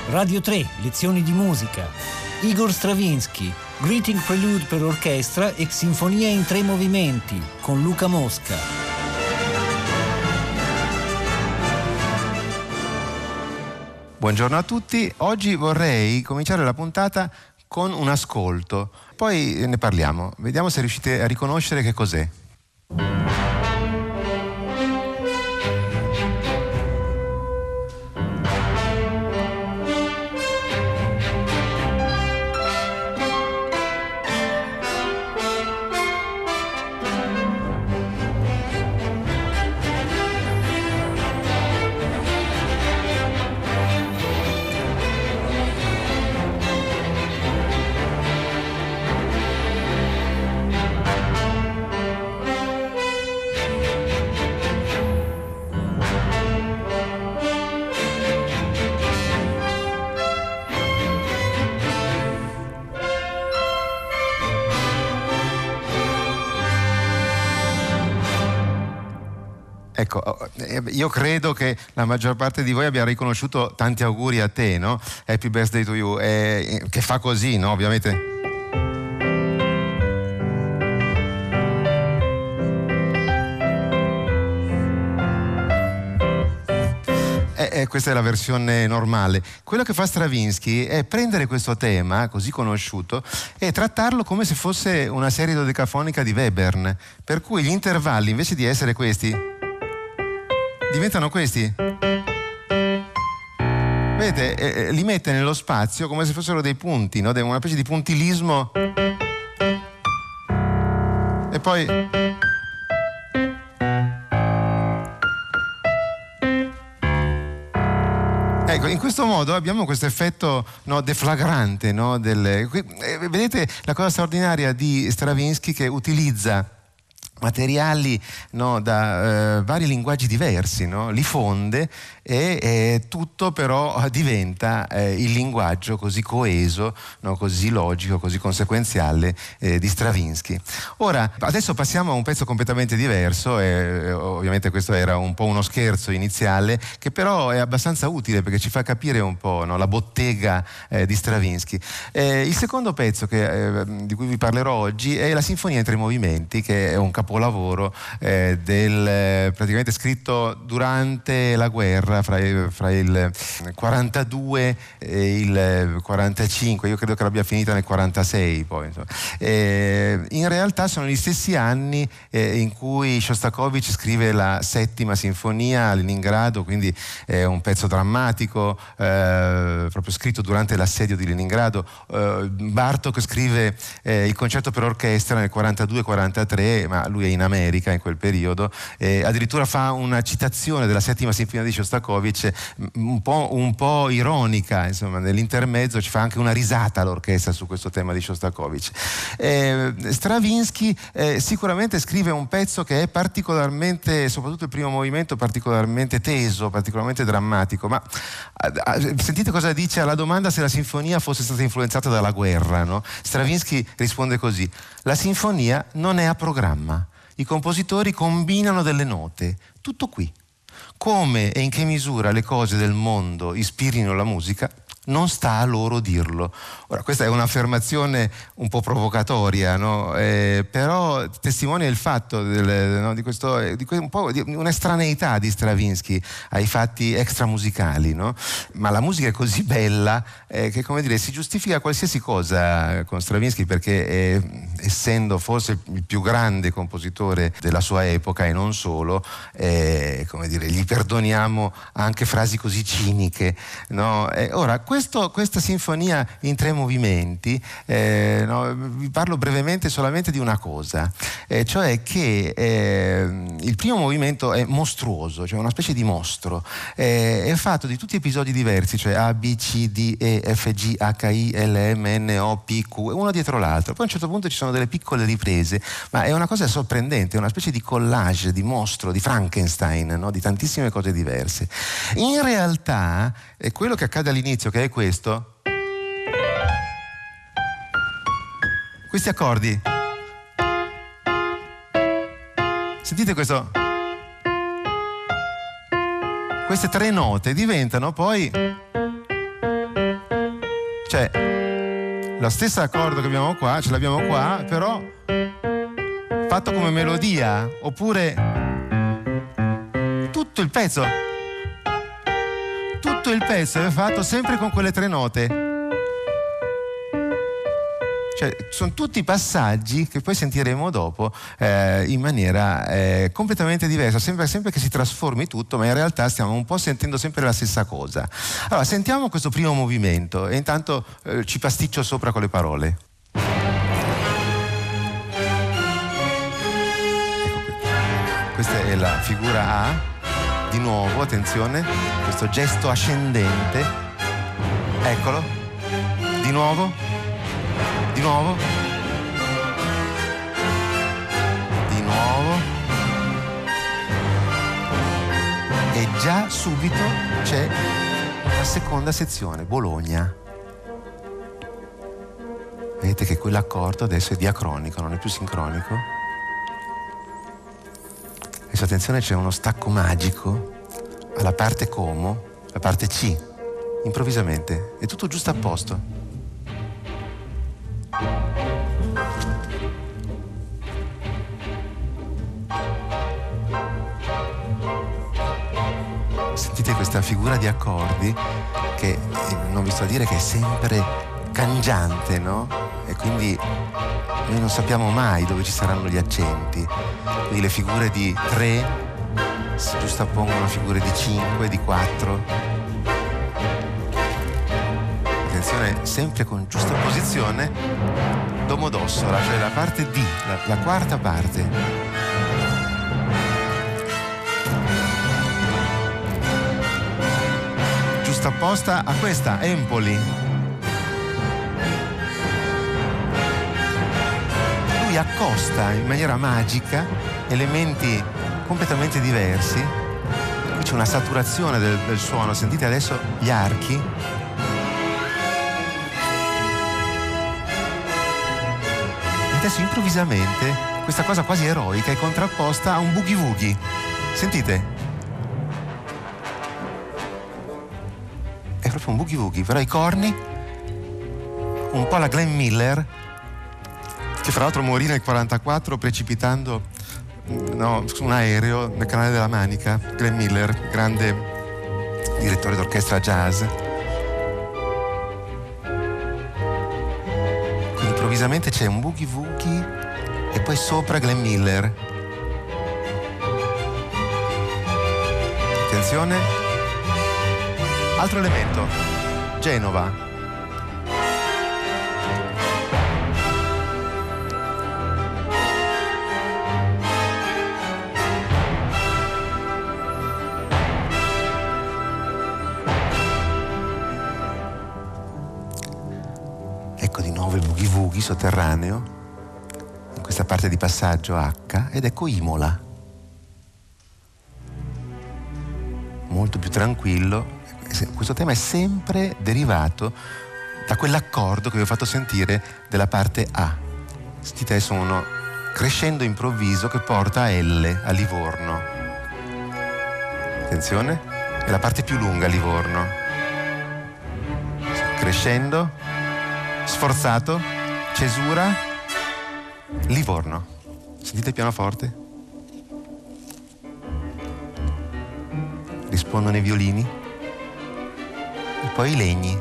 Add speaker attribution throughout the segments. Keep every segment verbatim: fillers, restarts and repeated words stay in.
Speaker 1: Radio tre, lezioni di musica. Igor Stravinsky, Greeting Prelude per orchestra e sinfonia in tre movimenti, con Luca Mosca.
Speaker 2: Buongiorno a tutti. Oggi vorrei cominciare la puntata con un ascolto, poi ne parliamo. Vediamo se riuscite a riconoscere che cos'è. Ecco, io credo che la maggior parte di voi abbia riconosciuto Tanti auguri a te, no? Happy birthday to you, eh, che fa così, no? Ovviamente. Eh, eh, questa è la versione normale. Quello che fa Stravinsky è prendere questo tema, così conosciuto, e trattarlo come se fosse una serie dodecafonica di Webern, per cui gli intervalli, invece di essere questi, diventano questi. Vedete, eh, li mette nello spazio come se fossero dei punti, no? Una specie di puntilismo. E poi ecco, in questo modo abbiamo questo effetto, no, deflagrante, no, del... eh, vedete la cosa straordinaria di Stravinsky, che utilizza materiali, no, da eh, vari linguaggi diversi, no? Li fonde e eh, tutto però diventa eh, il linguaggio così coeso, no? Così logico, così conseguenziale eh, di Stravinsky. Ora, adesso passiamo a un pezzo completamente diverso, e ovviamente questo era un po' uno scherzo iniziale, che però è abbastanza utile perché ci fa capire un po', no, la bottega eh, di Stravinsky. Eh, il secondo pezzo che, eh, di cui vi parlerò oggi è la Sinfonia in tre movimenti, che è un capolavoro eh, del, praticamente scritto durante la guerra fra, fra il quarantadue e il quarantacinque. Io credo che l'abbia finita nel quarantasei poi, eh, in realtà sono gli stessi anni eh, in cui Shostakovich scrive la settima sinfonia a Leningrado, quindi è un pezzo drammatico eh, proprio scritto durante l'assedio di Leningrado. eh, Bartók scrive eh, il concerto per orchestra nel quarantadue quarantatré, ma lui è in America in quel periodo, eh, addirittura fa una citazione della settima sinfonia di Shostakovich un po', un po' ironica, insomma, nell'intermezzo ci fa anche una risata all'orchestra su questo tema di Shostakovich. eh, Stravinsky eh, sicuramente scrive un pezzo che è particolarmente, soprattutto il primo movimento, particolarmente teso, particolarmente drammatico, ma eh, sentite cosa dice alla domanda se la sinfonia fosse stata influenzata dalla guerra, no? Stravinsky risponde così: la sinfonia non è a programma. I compositori combinano delle note, tutto qui. Come e in che misura le cose del mondo ispirino la musica non sta a loro dirlo. Ora, questa è un'affermazione un po' provocatoria, no? Eh, però testimonia il fatto del, no, di questo, di un po' di un'estraneità di Stravinsky ai fatti extramusicali, no? Ma la musica è così bella eh, che, come dire, si giustifica qualsiasi cosa con Stravinsky, perché eh, essendo forse il più grande compositore della sua epoca e non solo, eh, come dire, gli perdoniamo anche frasi così ciniche, no? Eh, ora, Questo, questa sinfonia in tre movimenti, eh, no, vi parlo brevemente solamente di una cosa, eh, cioè che eh, il primo movimento è mostruoso, cioè una specie di mostro, eh, è fatto di tutti episodi diversi, cioè A, B, C, D, E, F, G, H, I, L, M, N, O, P, Q, uno dietro l'altro. Poi a un certo punto ci sono delle piccole riprese, ma è una cosa sorprendente, è una specie di collage, di mostro, di Frankenstein, no? Di tantissime cose diverse. In realtà è quello che accade all'inizio, che è questo, questi accordi, sentite questo, queste tre note diventano poi Cioè, lo stesso accordo che abbiamo qua, ce l'abbiamo qua, però fatto come melodia, oppure tutto il pezzo, tutto il pezzo è fatto sempre con quelle tre note. Cioè, sono tutti passaggi che poi sentiremo dopo eh, in maniera eh, completamente diversa. Sembra sempre che si trasformi tutto, ma in realtà stiamo un po' sentendo sempre la stessa cosa. Allora, sentiamo questo primo movimento e intanto eh, ci pasticcio sopra con le parole. Ecco qui. Questa è la figura A. Di nuovo, attenzione, questo gesto ascendente. Eccolo. Di nuovo. Di nuovo. Di nuovo. E già subito c'è una seconda sezione, Bologna. Vedete che quell'accordo adesso è diacronico, non è più sincronico. Adesso attenzione, c'è uno stacco magico alla parte Como, la parte C, improvvisamente. È tutto giusto a posto. Sentite questa figura di accordi che non vi sto a dire che è sempre cangiante, no? E quindi noi non sappiamo mai dove ci saranno gli accenti. Quindi le figure di tre si giustappongono a figure di cinque, di quattro. Attenzione, sempre con giusta posizione, Domodossola, cioè la parte D, la, la quarta parte. Giustapposta a questa, Empoli. Lui accosta in maniera magica elementi completamente diversi. Qui c'è una saturazione del, del suono, sentite adesso gli archi. Adesso improvvisamente questa cosa quasi eroica è contrapposta a un boogie woogie. Sentite? È proprio un boogie woogie, però i corni un po' la Glenn Miller, che fra l'altro morì nel quarantaquattro precipitando no, su un aereo nel canale della Manica. Glenn Miller, grande direttore d'orchestra jazz. Improvvisamente c'è un boogie woogie e poi sopra Glenn Miller. Attenzione, altro elemento, Genova. Ecco di nuovo il boogie woogie sotterraneo in questa parte di passaggio H, ed ecco Imola, molto più tranquillo. Questo tema è sempre derivato da quell'accordo che vi ho fatto sentire della parte A. Sentite adesso uno crescendo improvviso che porta a L, a Livorno. Attenzione, è la parte più lunga, Livorno. Crescendo, sforzato, cesura, Livorno. Sentite il pianoforte? Rispondono i violini e poi i legni.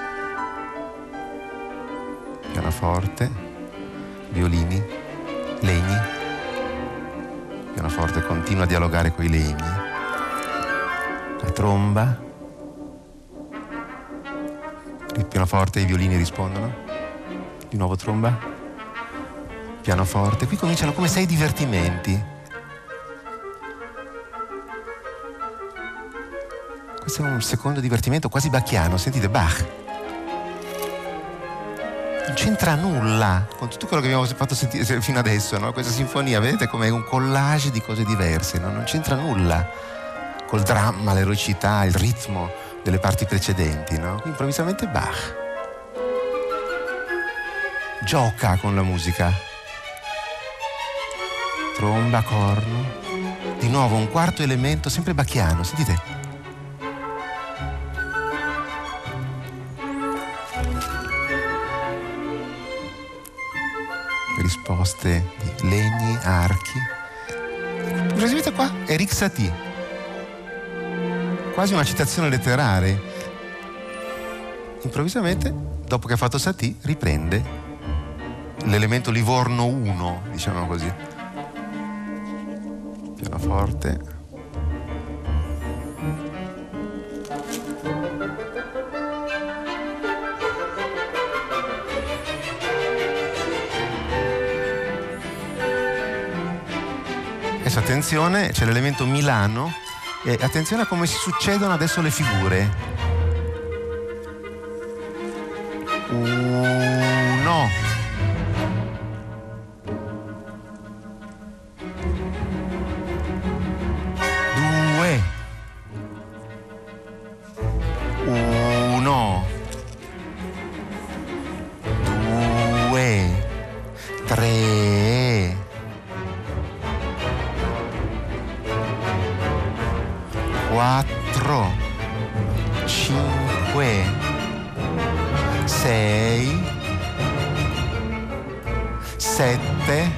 Speaker 2: Pianoforte, violini, legni. Il pianoforte continua a dialogare con i legni. La tromba. Il pianoforte e i violini rispondono. Di nuovo tromba. Pianoforte. Qui cominciano come sei divertimenti. Questo è un secondo divertimento quasi bacchiano. Sentite, Bach. Non c'entra nulla con tutto quello che abbiamo fatto sentire fino adesso, no? Questa sinfonia, vedete com'è un collage di cose diverse, no? Non c'entra nulla col dramma, l'eroicità, il ritmo delle parti precedenti, no? Improvvisamente Bach gioca con la musica. Tromba, corno, di nuovo un quarto elemento sempre bacchiano, sentite. disposte di legni, archi. Vedete qua? Erik Satie, quasi una citazione letteraria. Improvvisamente, dopo che ha fatto Satie, riprende l'elemento Livorno uno, diciamo così. Pianoforte. Adesso attenzione, c'è l'elemento Milano e attenzione a come si succedono adesso le figure. Uno. Due. Uno. Due. Tre. Quattro, cinque, sei, sette,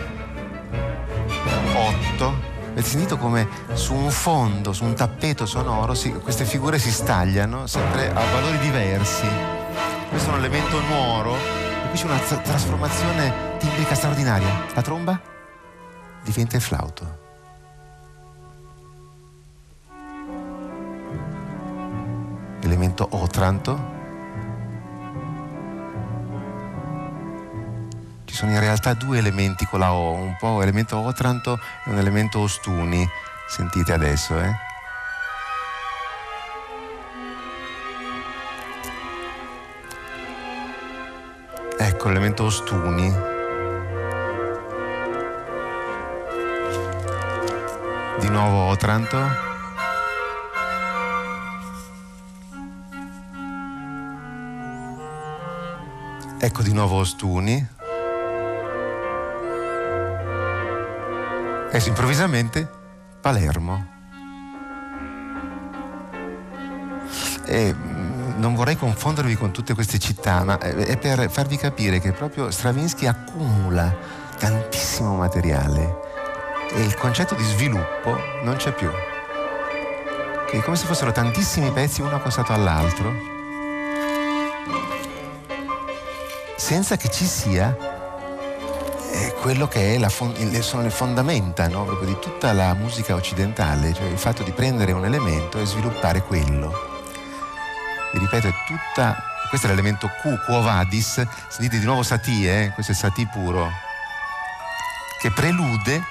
Speaker 2: otto. Avete sentito come su un fondo, su un tappeto sonoro, si, queste figure si stagliano sempre a valori diversi. Questo è un elemento nuoro e qui c'è una tra- trasformazione timbrica straordinaria. La tromba diventa il flauto. Elemento Otranto. Ci sono in realtà due elementi con la O, un po' elemento Otranto e un elemento Ostuni. Sentite adesso, eh? Ecco l'elemento Ostuni. Di nuovo Otranto. Ecco di nuovo Ostuni. E improvvisamente Palermo. E non vorrei confondervi con tutte queste città, ma è per farvi capire che proprio Stravinsky accumula tantissimo materiale e il concetto di sviluppo non c'è più. Che è come se fossero tantissimi pezzi uno accostato all'altro, senza che ci sia eh, quello che è la fon- sono le fondamenta, no? Proprio di tutta la musica occidentale, cioè il fatto di prendere un elemento e sviluppare quello. Vi ripeto, è tutta, questo è l'elemento Q, Quo Vadis, sentite di nuovo Satie, eh? Questo è Satie puro, che prelude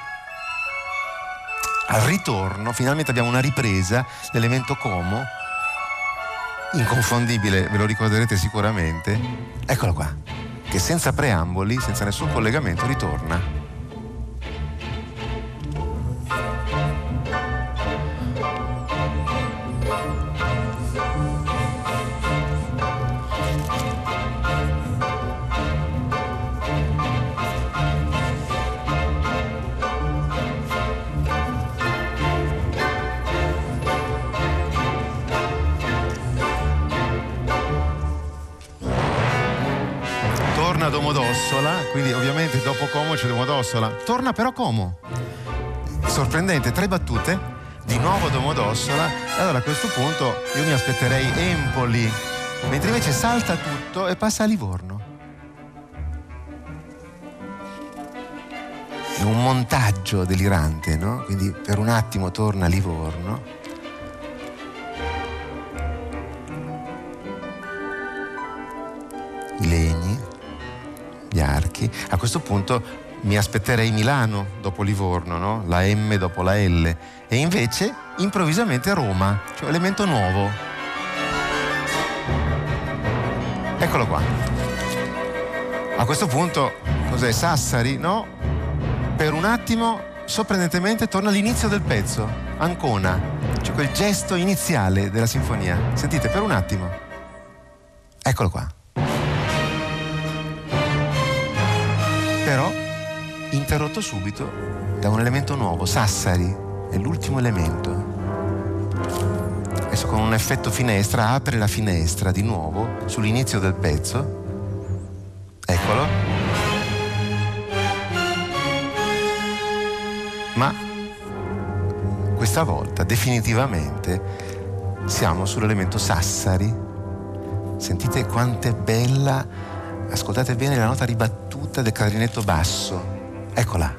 Speaker 2: al ritorno. Finalmente abbiamo una ripresa, l'elemento Como, inconfondibile, ve lo ricorderete sicuramente. Eccolo qua, che senza preamboli, senza nessun collegamento ritorna. Domodossola, quindi ovviamente dopo Como c'è Domodossola, torna però Como, sorprendente, tre battute, di nuovo Domodossola. Allora a questo punto io mi aspetterei Empoli, mentre invece salta tutto e passa a Livorno. È un montaggio delirante, no? Quindi per un attimo torna a Livorno, i legni, gli archi. A questo punto mi aspetterei Milano dopo Livorno, no? La M dopo la L, e invece improvvisamente Roma, cioè elemento nuovo. Eccolo qua. A questo punto cos'è? Sassari, no? Per un attimo sorprendentemente torna all'inizio del pezzo, Ancona, cioè quel gesto iniziale della sinfonia. Sentite, per un attimo. Eccolo qua. Però interrotto subito da un elemento nuovo, Sassari, è l'ultimo elemento. Adesso con un effetto finestra apre la finestra di nuovo sull'inizio del pezzo. Eccolo. questa volta definitivamente siamo sull'elemento Sassari. Sentite quanto è bella, ascoltate bene la nota ribattuta del clarinetto basso, eccola.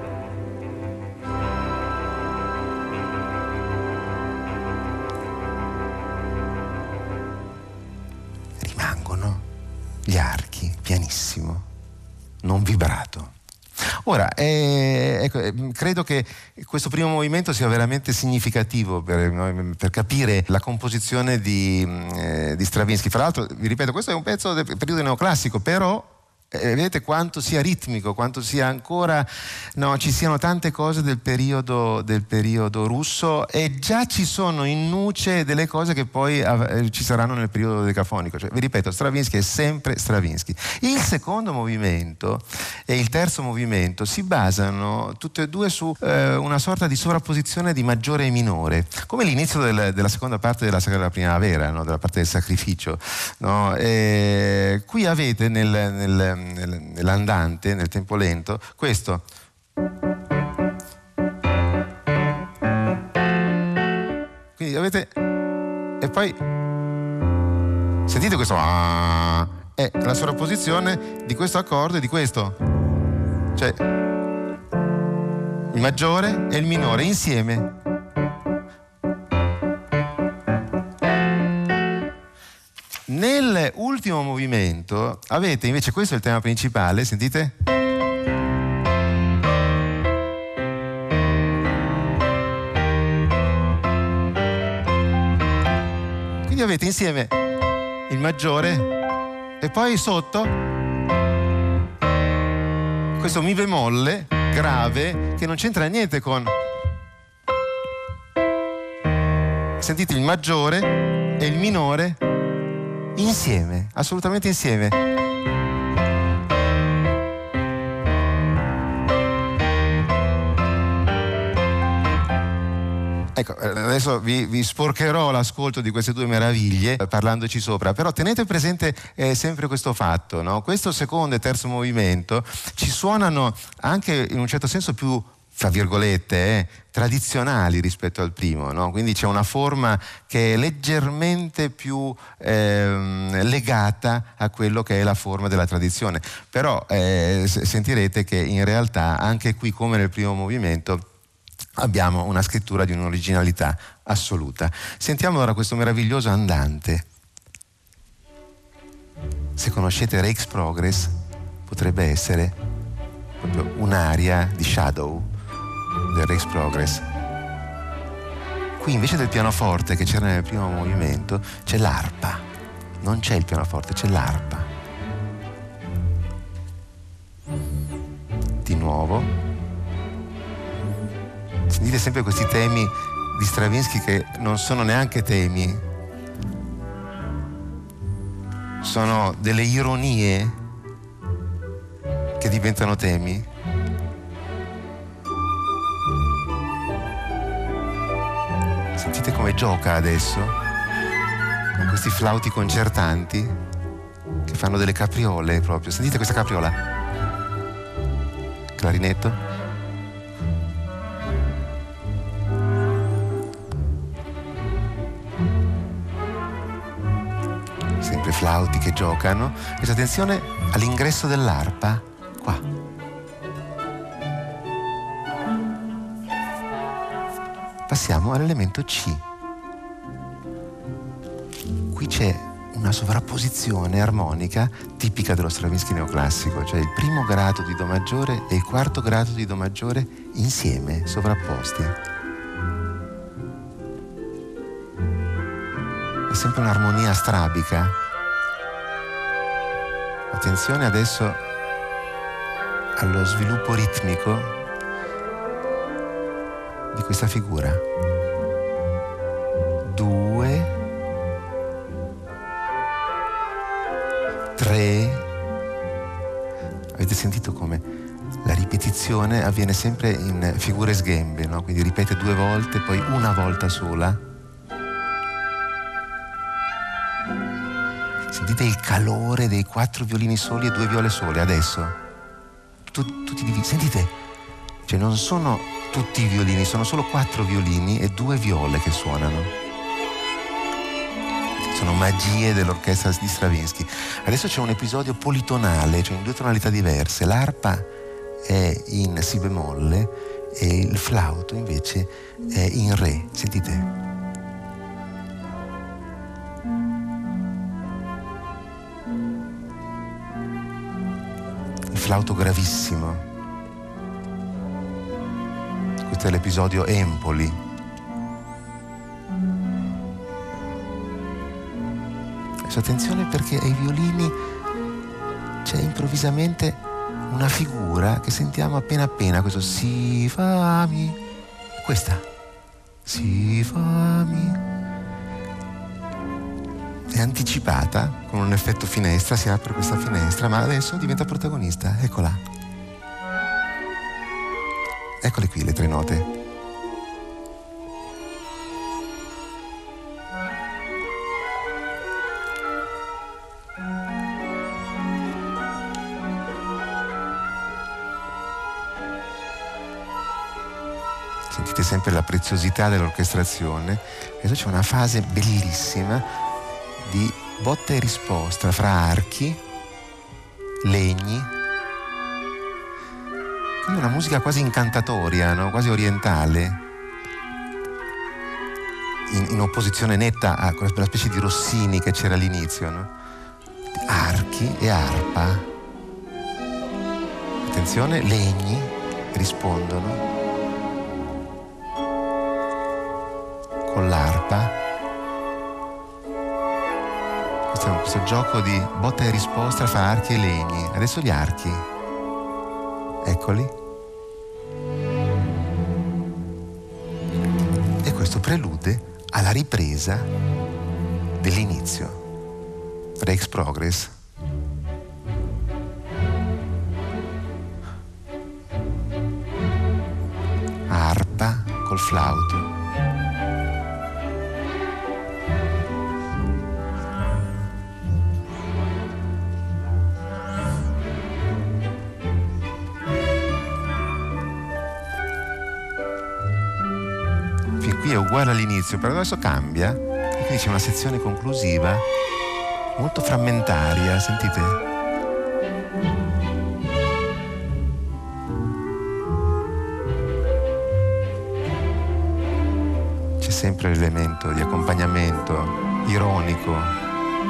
Speaker 2: Rimangono gli archi, pianissimo, non vibrato. Ora, eh, ecco, eh, credo che questo primo movimento sia veramente significativo per, no, per capire la composizione di, eh, di Stravinsky. Fra l'altro, vi ripeto, questo è un pezzo del periodo neoclassico, però eh, vedete quanto sia ritmico, quanto sia ancora, no, ci siano tante cose del periodo, del periodo russo, e già ci sono in nuce delle cose che poi eh, ci saranno nel periodo decafonico. Cioè, vi ripeto, Stravinsky è sempre Stravinsky. Il secondo movimento e il terzo movimento si basano tutte e due su eh, una sorta di sovrapposizione di maggiore e minore, come l'inizio del, della seconda parte della Sagra della Primavera, no? Della parte del sacrificio, no? E qui avete nel, nel nell'andante, nel tempo lento, questo. Quindi avete, e poi sentite questo, ah, è la sovrapposizione di questo accordo e di questo, cioè il maggiore e il minore insieme. Nell'ultimo movimento avete invece, questo è il tema principale, sentite? Quindi avete insieme il maggiore e poi sotto questo mi bemolle grave che non c'entra niente con... Sentite il maggiore e il minore insieme, assolutamente insieme. Ecco, adesso vi, vi sporcherò l'ascolto di queste due meraviglie eh, parlandoci sopra, però tenete presente eh, sempre questo fatto, no? Questo secondo e terzo movimento ci suonano anche in un certo senso più, fra virgolette, eh, tradizionali rispetto al primo, no? Quindi c'è una forma che è leggermente più ehm, legata a quello che è la forma della tradizione, però eh, sentirete che in realtà anche qui, come nel primo movimento, abbiamo una scrittura di un'originalità assoluta. Sentiamo ora questo meraviglioso andante. Se conoscete Rake's Progress, potrebbe essere proprio un'aria di Shadow del Rake's Progress. Qui invece del pianoforte che c'era nel primo movimento c'è l'arpa, non c'è il pianoforte, c'è l'arpa. Di nuovo sentite sempre questi temi di Stravinsky che non sono neanche temi, sono delle ironie che diventano temi. Sentite come gioca adesso con questi flauti concertanti che fanno delle capriole proprio. Sentite questa capriola. Clarinetto. Sempre flauti che giocano. E attenzione all'ingresso dell'arpa qua. Passiamo all'elemento C. Qui c'è una sovrapposizione armonica tipica dello Stravinsky neoclassico, cioè il primo grado di Do maggiore e il quarto grado di Do maggiore insieme, sovrapposti. È sempre un'armonia strabica. Attenzione adesso allo sviluppo ritmico di questa figura. Due, tre. Avete sentito come la ripetizione avviene sempre in figure sghembe, no? Quindi ripete due volte, poi una volta sola. Sentite il calore dei quattro violini soli e due viole sole adesso. Tutti, tutti divisi. Sentite? Cioè non sono tutti i violini, sono solo quattro violini e due viole che suonano. Sono magie dell'orchestra di Stravinsky. Adesso c'è un episodio politonale, cioè in due tonalità diverse. L'arpa è in si bemolle e il flauto invece è in re. Sentite. Il flauto gravissimo. Questo è l'episodio Empoli. Adesso attenzione, perché ai violini c'è improvvisamente una figura che sentiamo appena appena, questo si fa mi, questa si fa mi è anticipata con un effetto finestra, si apre questa finestra, ma adesso diventa protagonista. Eccola, eccole qui le tre note. Sentite sempre la preziosità dell'orchestrazione. Adesso c'è una fase bellissima di botta e risposta fra archi, legni, quindi una musica quasi incantatoria, no? Quasi orientale, in, in opposizione netta a quella specie di Rossini che c'era all'inizio, no? Archi e arpa. Attenzione, legni rispondono con l'arpa. Questo, questo gioco di botta e risposta fra archi e legni. Adesso gli archi, eccoli, e questo prelude alla ripresa dell'inizio, Rex Progress. Arpa col flauto. Qui è uguale all'inizio, però adesso cambia e quindi c'è una sezione conclusiva molto frammentaria, sentite? C'è sempre l'elemento di accompagnamento ironico.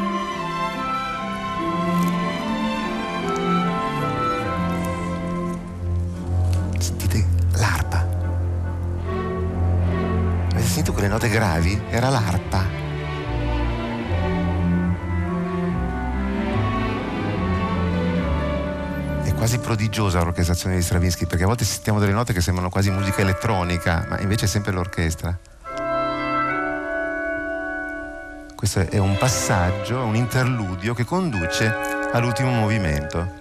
Speaker 2: Quelle note gravi era l'arpa. È quasi prodigiosa l'orchestrazione di Stravinsky, perché a volte sentiamo delle note che sembrano quasi musica elettronica, ma invece è sempre l'orchestra. Questo è un passaggio, un interludio che conduce all'ultimo movimento.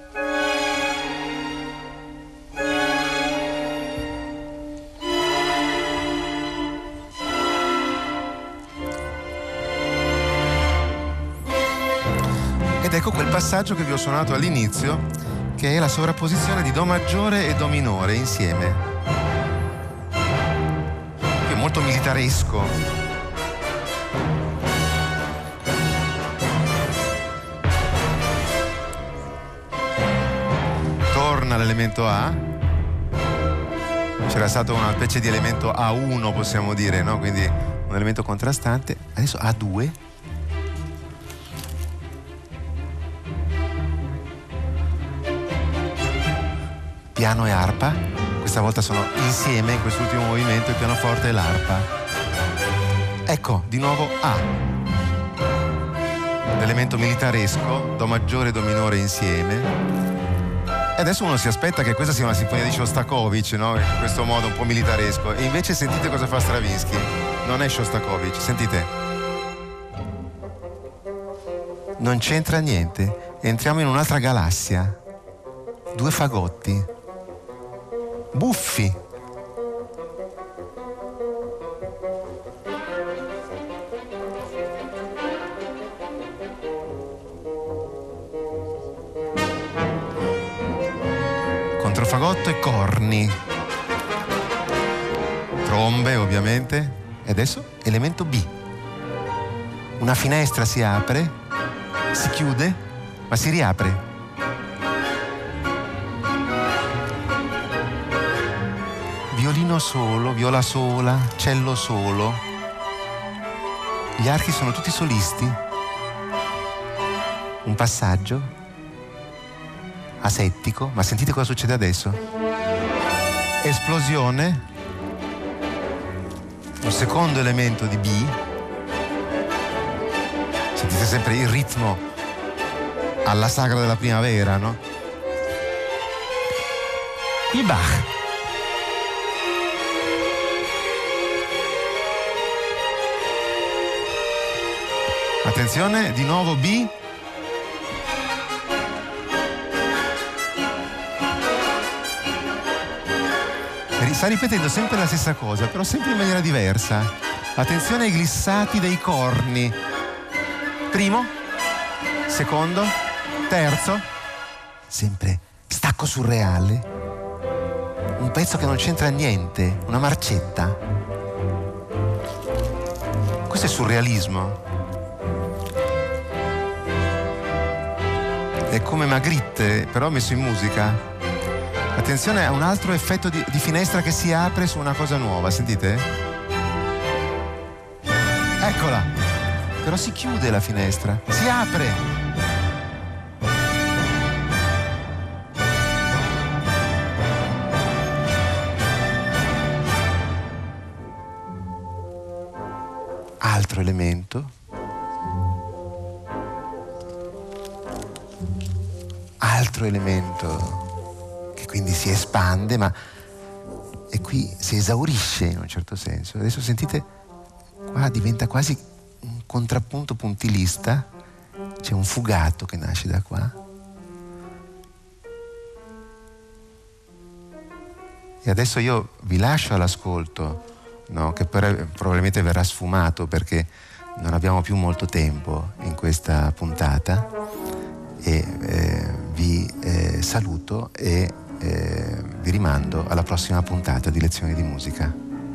Speaker 2: Ed ecco quel passaggio che vi ho suonato all'inizio, che è la sovrapposizione di Do maggiore e Do minore insieme. È molto militaresco. Torna l'elemento A. C'era stato una specie di elemento A uno, possiamo dire, no? Quindi un elemento contrastante. Adesso A due. Piano e arpa, questa volta sono insieme in quest'ultimo movimento, il pianoforte e l'arpa. Ecco, di nuovo A. L'elemento militaresco, Do maggiore e Do minore insieme. E adesso uno si aspetta che questa sia una sinfonia di Shostakovich, no? In questo modo un po' militaresco. E invece sentite cosa fa Stravinsky. Non è Shostakovich, sentite. Non c'entra niente. Entriamo in un'altra galassia. Due fagotti. Buffi. Controfagotto e corni. trombe ovviamente. E adesso elemento B. Una finestra si apre, si chiude, ma si riapre. Violino solo, viola sola, cello solo. Gli archi sono tutti solisti. Un passaggio asettico, ma sentite cosa succede adesso. Esplosione. Un secondo elemento di B. Sentite sempre il ritmo alla sagra della primavera, no? Il Bach. Attenzione, di nuovo B. Sta ripetendo sempre la stessa cosa, però sempre in maniera diversa. Attenzione ai glissati dei corni. Primo, secondo, terzo. Sempre stacco surreale. Un pezzo che non c'entra niente, una marcetta. Questo è surrealismo. È come Magritte, però messo in musica. Attenzione a un altro effetto di, di finestra che si apre su una cosa nuova, sentite? Eccola! Però si chiude la finestra, si apre! Altro elemento. Altro elemento. Quindi si espande, ma e qui si esaurisce in un certo senso. Adesso sentite, qua diventa quasi un contrappunto puntilista, c'è un fugato che nasce da qua. E adesso io vi lascio all'ascolto, no? Che per, probabilmente verrà sfumato perché non abbiamo più molto tempo in questa puntata, e eh, vi eh, saluto e Eh, vi rimando alla prossima puntata di Lezioni di Musica.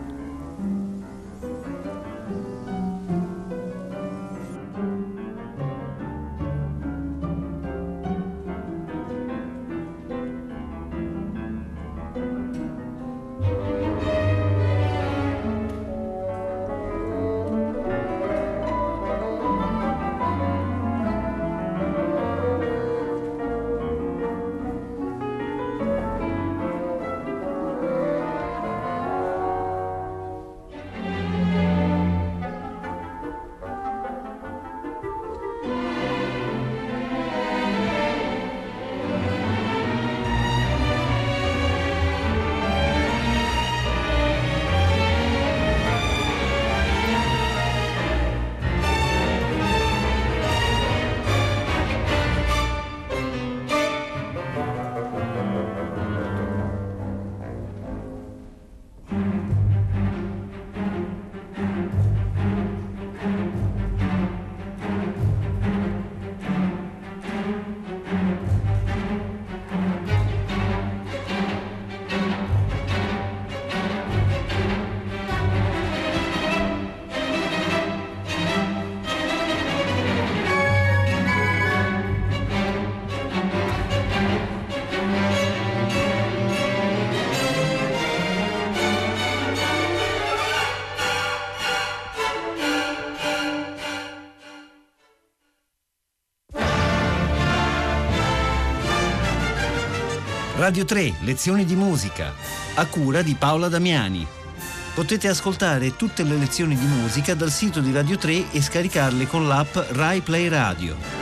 Speaker 1: Radio tre, lezioni di musica, a cura di Paola Damiani. Potete ascoltare tutte le lezioni di musica dal sito di Radio tre e scaricarle con l'app Rai Play Radio.